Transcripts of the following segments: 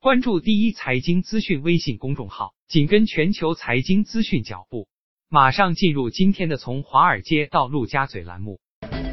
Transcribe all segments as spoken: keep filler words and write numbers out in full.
关注第一财经资讯微信公众号，紧跟全球财经资讯脚步。马上进入今天的从华尔街到陆家嘴栏目。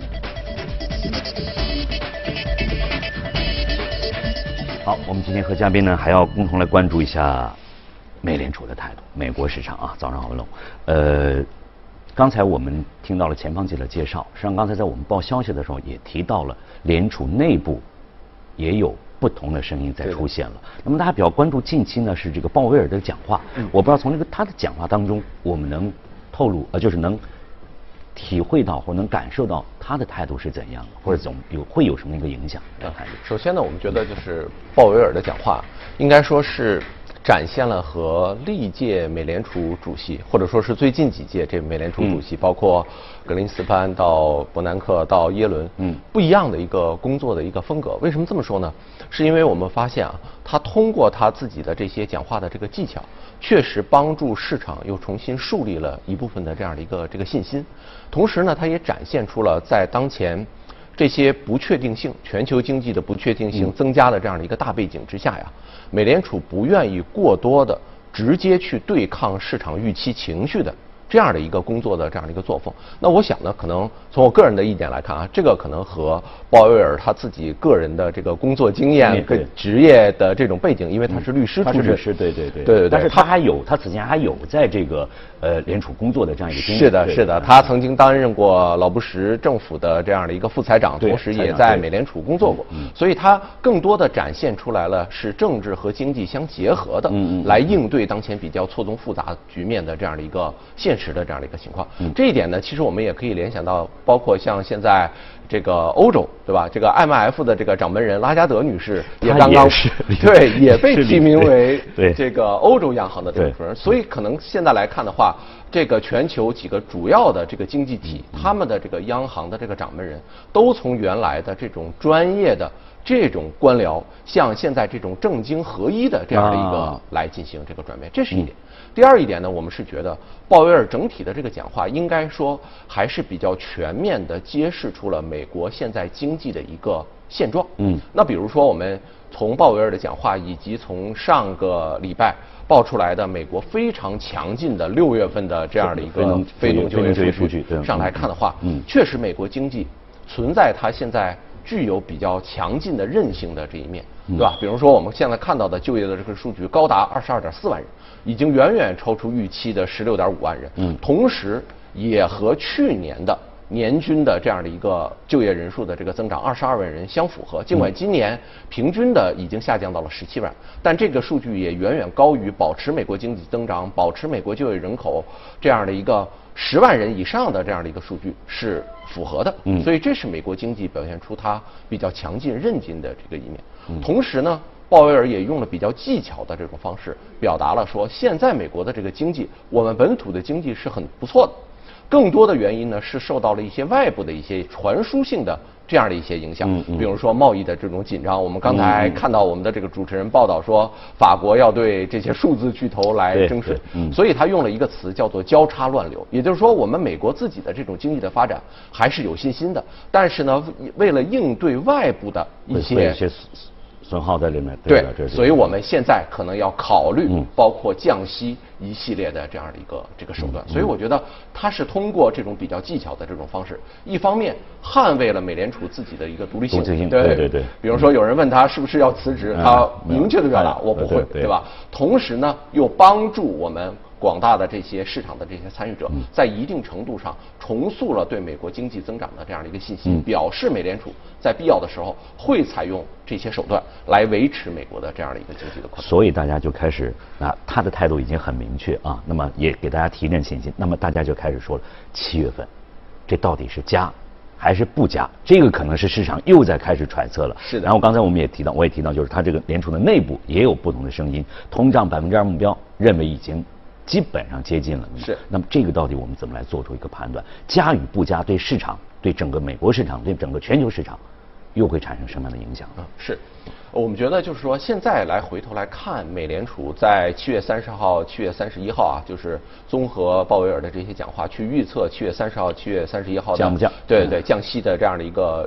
好，我们今天和嘉宾呢还要共同来关注一下美联储的态度，美国市场啊。早上好，龙。呃，刚才我们听到了前方记者介绍，实际上刚才在我们报消息的时候也提到了联储内部也有不同的声音在出现了。那么大家比较关注近期呢是这个鲍威尔的讲话，嗯、我不知道从这个他的讲话当中，我们能透露呃，就是能体会到或能感受到他的态度是怎样的，或者总有会有什么一个影响？ 首先呢，我们觉得就是鲍威尔的讲话，应该说是展现了和历届美联储主席，或者说是最近几届这美联储主席，嗯、包括格林斯潘到伯南克到耶伦，嗯，不一样的一个工作的一个风格。为什么这么说呢？是因为我们发现啊，他通过他自己的这些讲话的这个技巧，确实帮助市场又重新树立了一部分的这样的一个这个信心。同时呢，他也展现出了在当前这些不确定性、全球经济的不确定性增加的这样的一个大背景之下呀，美联储不愿意过多的直接去对抗市场预期情绪的这样的一个工作的这样的一个作风。那我想呢，可能从我个人的意见来看啊，这个可能和鲍威尔他自己个人的这个工作经验跟职业的这种背景，因为他是律师出身， 律师，对对对对对对。 但是他还有，他此前还有在这个呃联储工作的这样一个经历。 是的，是的，他曾经担任过老布什政府的这样的一个副财长，同时也在美联储工作过，所以他更多的展现出来了是政治和经济相结合的，来应对当前比较错综复杂局面的这样的一个现实的这样的一个情况。这一点呢，其实我们也可以联想到，包括像现在这个欧洲，对吧？这个 M F 的这个掌门人拉加德女士也刚刚对也被提名为这个欧洲央行的这个主任，所以可能现在来看的话，这个全球几个主要的这个经济体，他们的这个央行的这个掌门人都从原来的这种专业的这种官僚，向现在这种政经合一的这样的一个来进行这个转变，这是一点。第二一点呢，我们是觉得鲍威尔整体的这个讲话，应该说还是比较全面的揭示出了美国现在经济的一个现状。嗯，那比如说我们从鲍威尔的讲话，以及从上个礼拜爆出来的美国非常强劲的六月份的这样的一个非农就业数据上来看的话，嗯，确实美国经济存在它现在具有比较强劲的韧性的这一面，对吧？比如说我们现在看到的就业的这个数据高达二十二点四万人，已经远远超出预期的十六点五万人，嗯，同时也和去年的年均的这样的一个就业人数的这个增长二十二万人相符合。尽管今年平均的已经下降到了十七万，但这个数据也远远高于保持美国经济增长、保持美国就业人口这样的一个十万人以上的这样的一个数据是符合的。嗯，所以这是美国经济表现出它比较强劲韧劲的这个一面。嗯，同时呢，鲍威尔也用了比较技巧的这种方式，表达了说现在美国的这个经济，我们本土的经济是很不错的。更多的原因呢是受到了一些外部的一些传输性的这样的一些影响，嗯嗯、比如说贸易的这种紧张。我们刚才看到我们的这个主持人报道说，法国要对这些数字巨头来征税，嗯、所以他用了一个词叫做交叉乱流，也就是说我们美国自己的这种经济的发展还是有信心的，但是呢，为了应对外部的一些损耗在里面， 对，对，所以我们现在可能要考虑包括降息一系列的这样的一个这个手段。嗯、所以我觉得他是通过这种比较技巧的这种方式，一方面捍卫了美联储自己的一个独立性， 对对对对。 比如说有人问他是不是要辞职，嗯、他明确的表达、嗯、我不会，对, 对, 对吧？同时呢，又帮助我们广大的这些市场的这些参与者，在一定程度上重塑了对美国经济增长的这样的一个信心，嗯、表示美联储在必要的时候会采用这些手段来维持美国的这样的一个经济的扩张。 所以大家就开始啊，他的态度已经很明确啊，那么也给大家提振信心。那么大家就开始说了，七月份这到底是加还是不加？这个可能是市场又在开始揣测了。 是的。 然后刚才我们也提到，我也提到，就是他这个联储的内部也有不同的声音，通胀百分之二目标认为已经基本上接近了。 是。 那么这个到底我们怎么来做出一个判断？加与不加对市场、对整个美国市场、对整个全球市场又会产生什么样的影响？ 啊，是。我们觉得就是说，现在来回头来看，美联储在七月三十号、七月三十一号啊，就是综合鲍威尔的这些讲话，去预测七月三十号、七月三十一号的降不降？ 对对，降息的这样的一个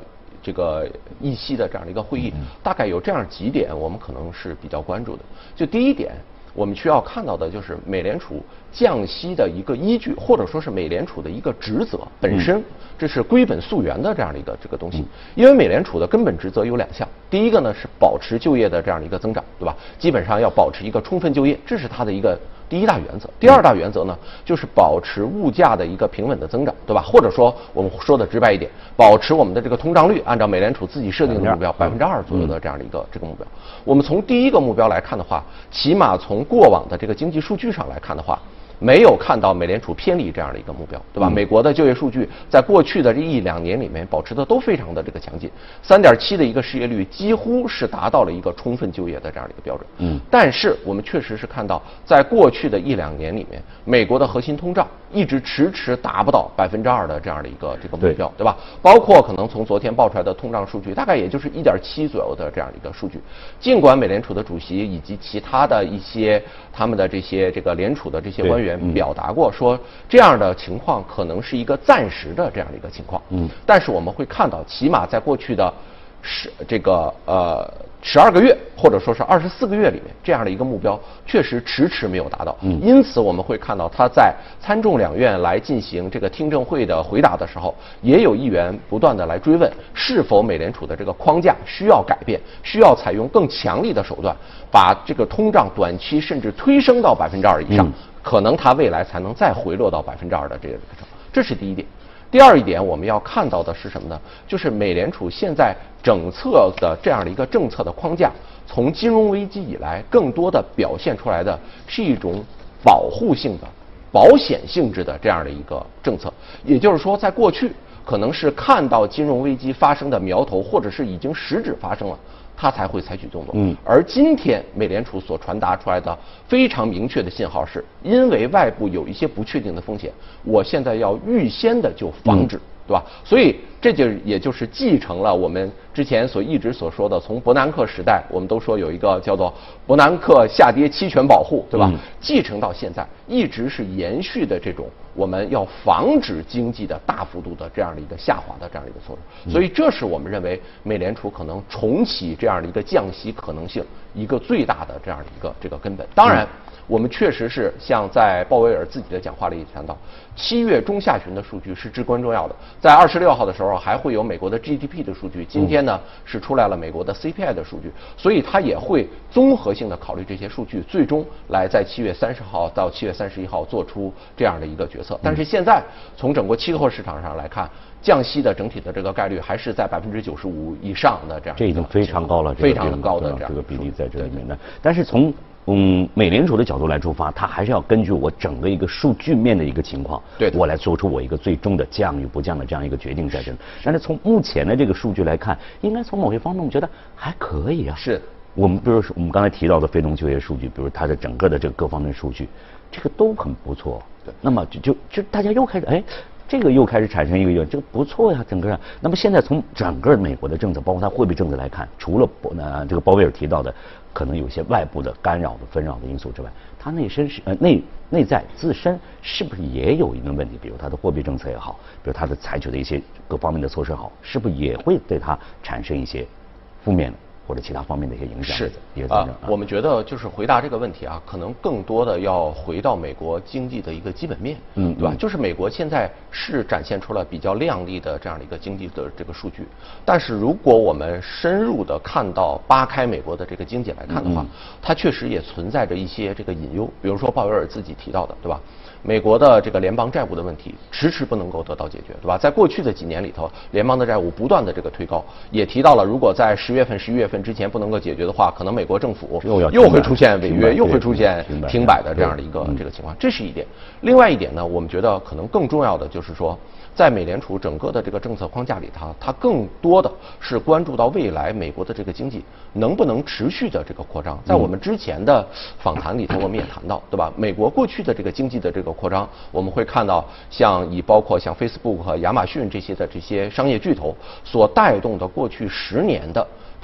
这个议息的这样的一个会议，大概有这样几点我们可能是比较关注的。就第一点，我们需要看到的就是美联储降息的一个依据，或者说是美联储的一个职责本身，这是归本溯源的这样的一个这个东西。因为美联储的根本职责有两项，第一个呢是保持就业的这样的一个增长，对吧？基本上要保持一个充分就业，这是它的一个第一大原则。第二大原则呢，就是保持物价的一个平稳的增长，对吧？或者说我们说的直白一点，保持我们的这个通胀率按照美联储自己设定的目标百分之二左右的这样的一个这个目标。我们从第一个目标来看的话，起码从过往的这个经济数据上来看的话，没有看到美联储偏离这样的一个目标，对吧？嗯、美国的就业数据在过去的这一两年里面保持的都非常的这个强劲， 三点七 的一个失业率几乎是达到了一个充分就业的这样的一个标准。嗯，但是我们确实是看到，在过去的一两年里面，美国的核心通胀一直迟迟达不到百分之二的这样的一个这个目标， 对, 对吧？包括可能从昨天爆出来的通胀数据，大概也就是一点七左右的这样的一个数据。尽管美联储的主席以及其他的一些他们的这些这个联储的这些官员表达过说，这样的情况可能是一个暂时的这样的一个情况。嗯，但是我们会看到，起码在过去的十这个呃十二个月或者说是二十四个月里面，这样的一个目标确实迟迟没有达到。嗯，因此我们会看到他在参众两院来进行这个听证会的回答的时候，也有议员不断的来追问，是否美联储的这个框架需要改变，需要采用更强力的手段，把这个通胀短期甚至推升到百分之二以上。嗯，可能它未来才能再回落到百分之二的这个过程，这是第一点。第二一点，我们要看到的是什么呢？就是美联储现在整策的这样的一个政策的框架，从金融危机以来，更多的表现出来的是一种保护性的、保险性质的这样的一个政策。也就是说，在过去可能是看到金融危机发生的苗头，或者是已经实质发生了，它才会采取动作。嗯，而今天美联储所传达出来的非常明确的信号是，因为外部有一些不确定的风险，我现在要预先的就防止，嗯，对吧？所以这就也就是继承了我们之前所一直所说的，从伯南克时代，我们都说有一个叫做伯南克下跌期权保护，对吧？嗯，继承到现在，一直是延续的这种我们要防止经济的大幅度的这样的一个下滑的这样的一个措施。所以这是我们认为美联储可能重启这样的一个降息可能性一个最大的这样的一个这个根本。当然，我们确实是像在鲍威尔自己的讲话里也谈到，七月中下旬的数据是至关重要的。在二十六号的时候还会有美国的 G D P 的数据，今天呢是出来了美国的 C P I 的数据，所以他也会综合性的考虑这些数据，最终来在七月三十号到七月三十一号做出这样的一个决策。但是现在从整个期货市场上来看，降息的整体的这个概率还是在百分之九十五以上的这样， 这已经非常高了， 非常的高的这样这个比例在这里面的。但是从嗯，美联储的角度来出发，它还是要根据我整个一个数据面的一个情况， 对， 我来做出我一个最终的降与不降的这样一个决定在这里。但是从目前的这个数据来看，应该从某些方面我们觉得还可以啊。 是， 我们比如说我们刚才提到的非农就业数据，比如它的整个的这个各方面数据，这个都很不错。 对， 那么就就就大家又开始哎。这个又开始产生一个，这个不错呀，整个上。那么现在从整个美国的政策，包括它货币政策来看，除了呃这个鲍威尔提到的可能有些外部的干扰的纷扰的因素之外，它内身是呃内内在自身是不是也有一个问题？比如它的货币政策也好，比如它的采取的一些各方面的措施好，是不是也会对它产生一些负面的或者其他方面的一些影响？ 是也啊，我们觉得就是回答这个问题啊，可能更多的要回到美国经济的一个基本面，嗯，对吧？就是美国现在是展现出了比较亮丽的这样的一个经济的这个数据，但是如果我们深入的看到扒开美国的这个经济来看的话，它确实也存在着一些这个隐忧，比如说鲍威尔自己提到的，对吧？美国的这个联邦债务的问题迟迟不能够得到解决，对吧？在过去的几年里头，联邦的债务不断的这个推高，也提到了，如果在十月份、十一月份之前不能够解决的话，可能美国政府又会出现违约，又会出现停摆的这样的一个这个情况，这是一点。另外一点呢，我们觉得可能更重要的就是说，在美联储整个的这个政策框架里，它它更多的是关注到未来美国的这个经济能不能持续的这个扩张。在我们之前的访谈里头，我们也谈到，对吧？美国过去的这个经济的这个扩张，我们会看到像以包括像 Facebook 和亚马逊这些的这些商业巨头所带动的过去十年的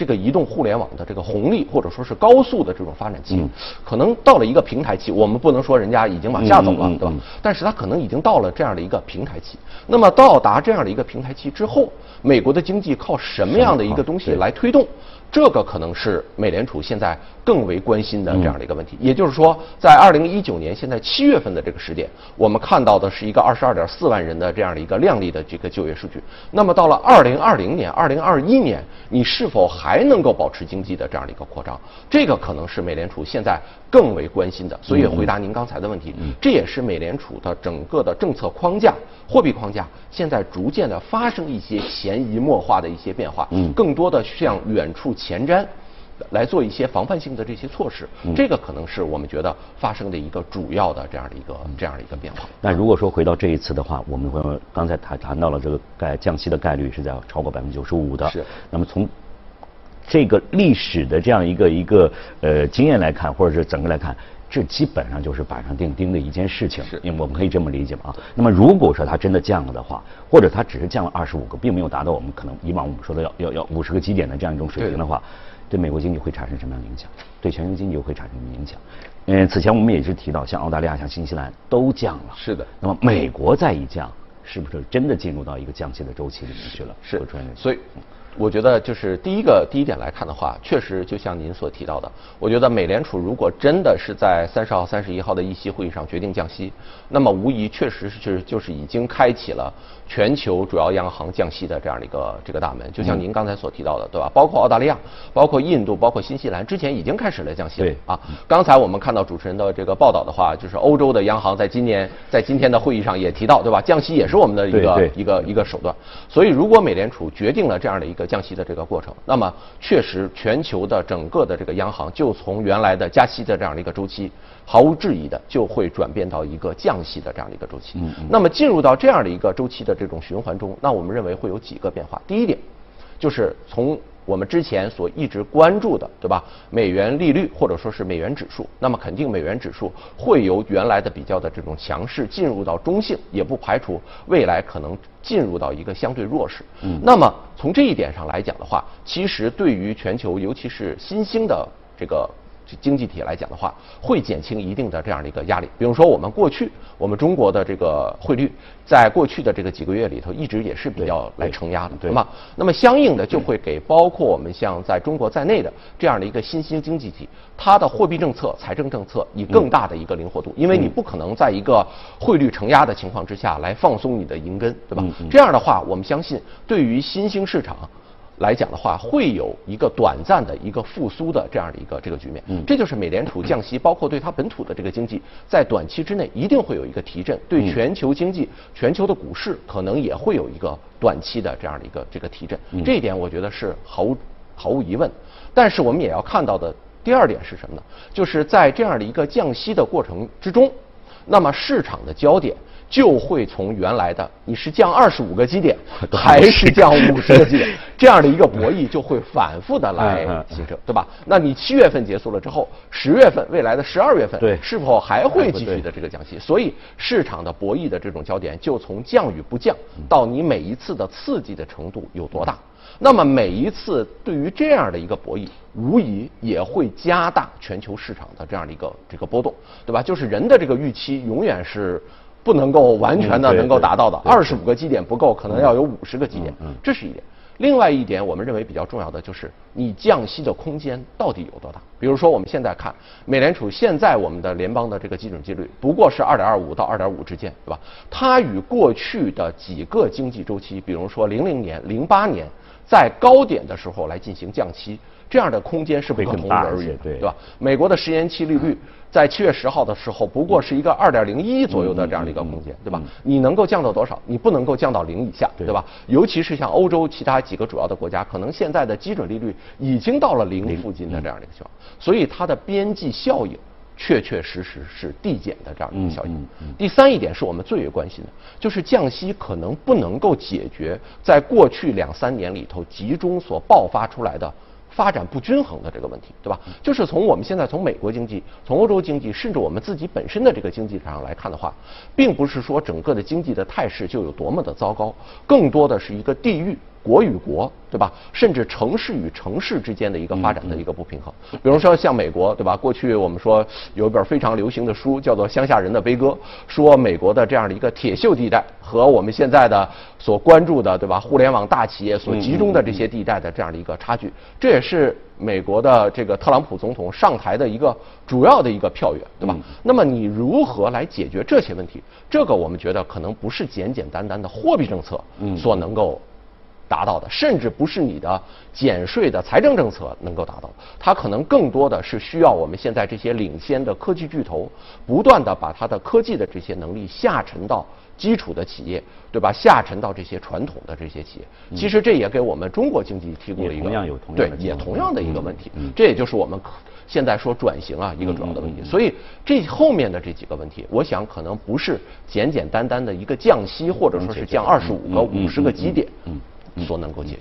这个移动互联网的这个红利，或者说是高速的这种发展期，嗯、可能到了一个平台期。我们不能说人家已经往下走了，嗯嗯嗯、对吧？但是它可能已经到了这样的一个平台期。那么到达这样的一个平台期之后，美国的经济靠什么样的一个东西来推动？这个可能是美联储现在更为关心的这样的一个问题。嗯、也就是说，在二零一九年现在七月份的这个时点，我们看到的是一个二十二点四万人的这样的一个靓丽的这个就业数据。那么到了二零二零年、二零二一年，你是否还能够保持经济的这样的一个扩张？这个可能是美联储现在更为关心的。所以回答您刚才的问题，嗯、这也是美联储的整个的政策框架、货币框架现在逐渐的发生一些潜移默化的一些变化，嗯、更多的向远处前瞻。来做一些防范性的这些措施，嗯、这个可能是我们觉得发生的一个主要的这样的一个、嗯、这样的一个变化。 那如果说回到这一次的话，我们会刚才谈谈到了这个概降息的概率是在超过百分之九十五的。 是。 那么从这个历史的这样一个一个呃经验来看，或者是整个来看，这基本上就是板上钉钉的一件事情。 是。 因为我们可以这么理解嘛啊。那么如果说它真的降了的话，或者它只是降了二十五个，并没有达到我们可能以往我们说的要要要五十个基点的这样一种水平的话。对美国经济会产生什么样的影响？对全球经济又会产生什么影响？嗯，此前我们也是提到，像澳大利亚、像新西兰都降了。 是的。 那么美国再一降，是不是真的进入到一个降息的周期里面去了？ 是。所以，我觉得就是第一个第一点来看的话，确实就像您所提到的，我觉得美联储如果真的是在三十号、三十一号的议息会议上决定降息，那么无疑确实是就是已经开启了全球主要央行降息的这样的一个这个大门。就像您刚才所提到的，对吧？包括澳大利亚、包括印度、包括新西兰，之前已经开始了降息了。 对啊，刚才我们看到主持人的这个报道的话，就是欧洲的央行在今年在今天的会议上也提到，对吧？降息也是我们的一个对对一个一个手段。所以，如果美联储决定了这样的一个降息的这个过程，那么确实全球的整个的这个央行就从原来的加息的这样的一个周期，毫无质疑的就会转变到一个降息的这样的一个周期。嗯嗯。那么进入到这样的一个周期的这种循环中，那我们认为会有几个变化。第一点，就是从我们之前所一直关注的，对吧？美元利率或者说是美元指数，那么肯定美元指数会由原来的比较的这种强势进入到中性，也不排除未来可能进入到一个相对弱势。嗯。那么从这一点上来讲的话，其实对于全球尤其是新兴的这个经济体来讲的话，会减轻一定的这样的一个压力。比如说我们过去我们中国的这个汇率，在过去的这个几个月里头，一直也是比较来承压的，对吗？那么相应的就会给包括我们像在中国在内的这样的一个新兴经济体，它的货币政策、财政政策以更大的一个灵活度，因为你不可能在一个汇率承压的情况之下来放松你的银根，对吧？这样的话，我们相信对于新兴市场来讲的话，会有一个短暂的一个复苏的这样的一个这个局面。嗯，这就是美联储降息，包括对它本土的这个经济，在短期之内一定会有一个提振，对全球经济、全球的股市可能也会有一个短期的这样的一个这个提振。嗯，这一点我觉得是毫无毫无疑问。但是我们也要看到的第二点是什么呢？就是在这样的一个降息的过程之中，那么市场的焦点就会从原来的你是降二十五个基点还是降五十个基点这样的一个博弈就会反复的来形成，对吧？那你七月份结束了之后，十月份未来的十二月份， 对， 是否还会继续的这个降息？所以市场的博弈的这种焦点就从降与不降到你每一次的刺激的程度有多大。那么每一次对于这样的一个博弈，无疑也会加大全球市场的这样的一个这个波动，对吧？就是人的这个预期永远是不能够完全的能够达到的，二十五个基点不够，可能要有五十个基点，这是一点。另外一点，我们认为比较重要的就是你降息的空间到底有多大？比如说我们现在看美联储现在我们的联邦的这个基准利率不过是二点二五到二点五之间，对吧？它与过去的几个经济周期，比如说零零年、零八年在高点的时候来进行降息，这样的空间是不可同日而语，对吧？美国的十年期利率在七月十号的时候，不过是一个二点零一左右的这样的一个空间，对吧？你能够降到多少？你不能够降到零以下，对吧？尤其是像欧洲其他几个主要的国家，可能现在的基准利率已经到了零附近的这样的一个情况，所以它的边际效应确确实实是递减的这样的一个效应。第三一点是我们最为关心的，就是降息可能不能够解决在过去两三年里头集中所爆发出来的发展不均衡的这个问题，对吧？就是从我们现在从美国经济、从欧洲经济，甚至我们自己本身的这个经济上来看的话，并不是说整个的经济的态势就有多么的糟糕，更多的是一个地域国与国，对吧？甚至城市与城市之间的一个发展的一个不平衡。比如说像美国，对吧？过去我们说有一本非常流行的书叫做《乡下人的悲歌》，说美国的这样的一个铁锈地带和我们现在的所关注的，对吧？互联网大企业所集中的这些地带的这样的一个差距，这也是美国的这个特朗普总统上台的一个主要的一个票源，对吧？那么你如何来解决这些问题？这个我们觉得可能不是简简单单的货币政策所能够达到的，甚至不是你的减税的财政政策能够达到的，它可能更多的是需要我们现在这些领先的科技巨头不断的把它的科技的这些能力下沉到基础的企业，对吧？下沉到这些传统的这些企业，其实这也给我们中国经济提供了一个同样有同样对也同样的一个问题，这也就是我们现在说转型啊一个主要的问题。所以这后面的这几个问题，我想可能不是简简单单的一个降息，或者说是降二十五个、五十个基点所能够解决。